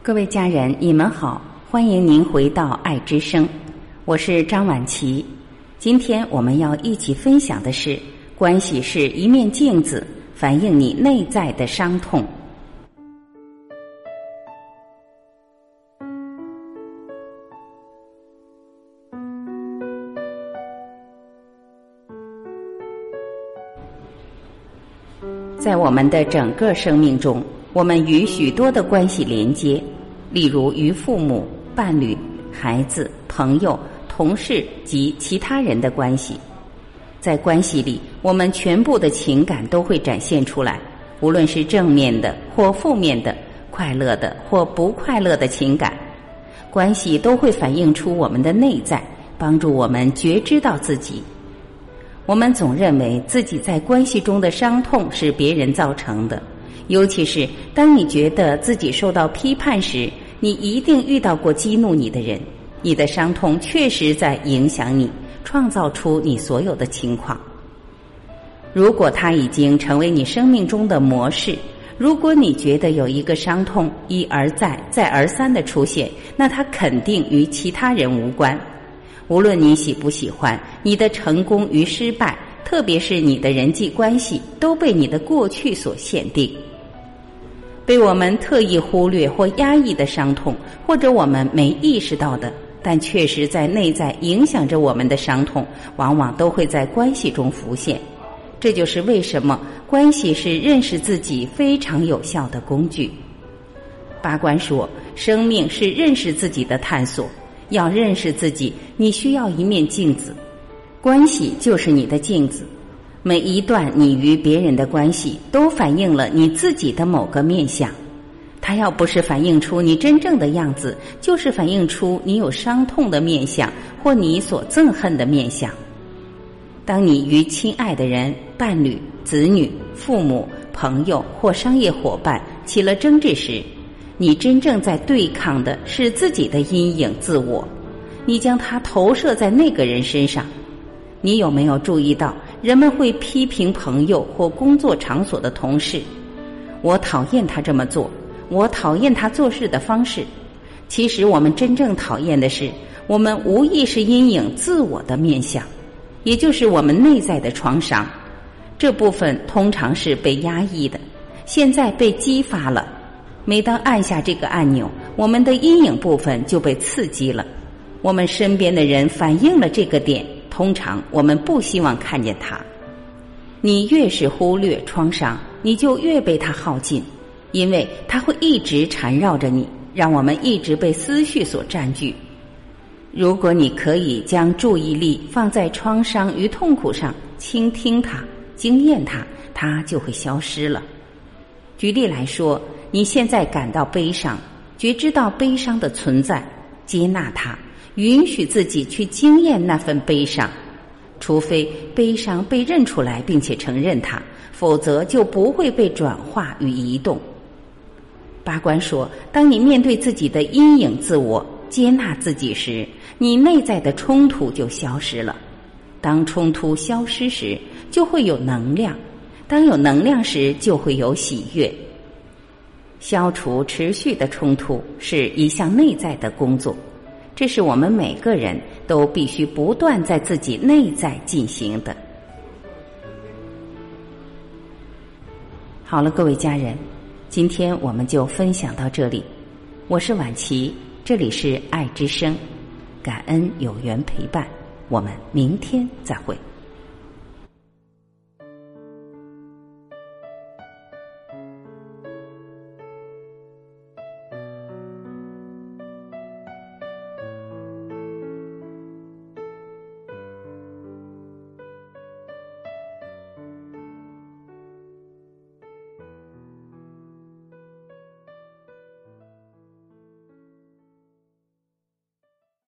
各位家人，你们好，欢迎您回到爱之声，我是张婉琪。今天我们要一起分享的是，关系是一面镜子，反映你内在的伤痛。在我们的整个生命中，我们与许多的关系连接，例如与父母、伴侣、孩子、朋友、同事及其他人的关系。在关系里，我们全部的情感都会展现出来，无论是正面的或负面的，快乐的或不快乐的情感，关系都会反映出我们的内在，帮助我们觉知到自己。我们总认为自己在关系中的伤痛是别人造成的，尤其是当你觉得自己受到批判时，你一定遇到过激怒你的人，你的伤痛确实在影响你，创造出你所有的情况。如果它已经成为你生命中的模式，如果你觉得有一个伤痛一而再再而三的出现，那它肯定与其他人无关。无论你喜不喜欢，你的成功与失败，特别是你的人际关系，都被你的过去所限定。被我们特意忽略或压抑的伤痛，或者我们没意识到的，但确实在内在影响着我们的伤痛，往往都会在关系中浮现。这就是为什么关系是认识自己非常有效的工具。八观说，生命是认识自己的探索。要认识自己，你需要一面镜子，关系就是你的镜子。每一段你与别人的关系都反映了你自己的某个面相，它要不是反映出你真正的样子，就是反映出你有伤痛的面相，或你所憎恨的面相。当你与亲爱的人、伴侣、子女、父母、朋友或商业伙伴起了争执时，你真正在对抗的是自己的阴影自我，你将它投射在那个人身上。你有没有注意到，人们会批评朋友或工作场所的同事，我讨厌他这么做，我讨厌他做事的方式。其实我们真正讨厌的是，我们无意识阴影自我的面相，也就是我们内在的创伤。这部分通常是被压抑的，现在被激发了。每当按下这个按钮，我们的阴影部分就被刺激了。我们身边的人反映了这个点，通常我们不希望看见它。你越是忽略创伤，你就越被它耗尽，因为它会一直缠绕着你，让我们一直被思绪所占据。如果你可以将注意力放在创伤与痛苦上，倾听它，经验它，它就会消失了。举例来说，你现在感到悲伤，觉知到悲伤的存在，接纳它，允许自己去经验那份悲伤。除非悲伤被认出来并且承认它，否则就不会被转化与移动。八观说，当你面对自己的阴影自我，接纳自己时，你内在的冲突就消失了。当冲突消失时，就会有能量，当有能量时，就会有喜悦。消除持续的冲突是一项内在的工作，这是我们每个人都必须不断在自己内在进行的。好了，各位家人，今天我们就分享到这里。我是婉琪，这里是爱之声，感恩有缘陪伴，我们明天再会。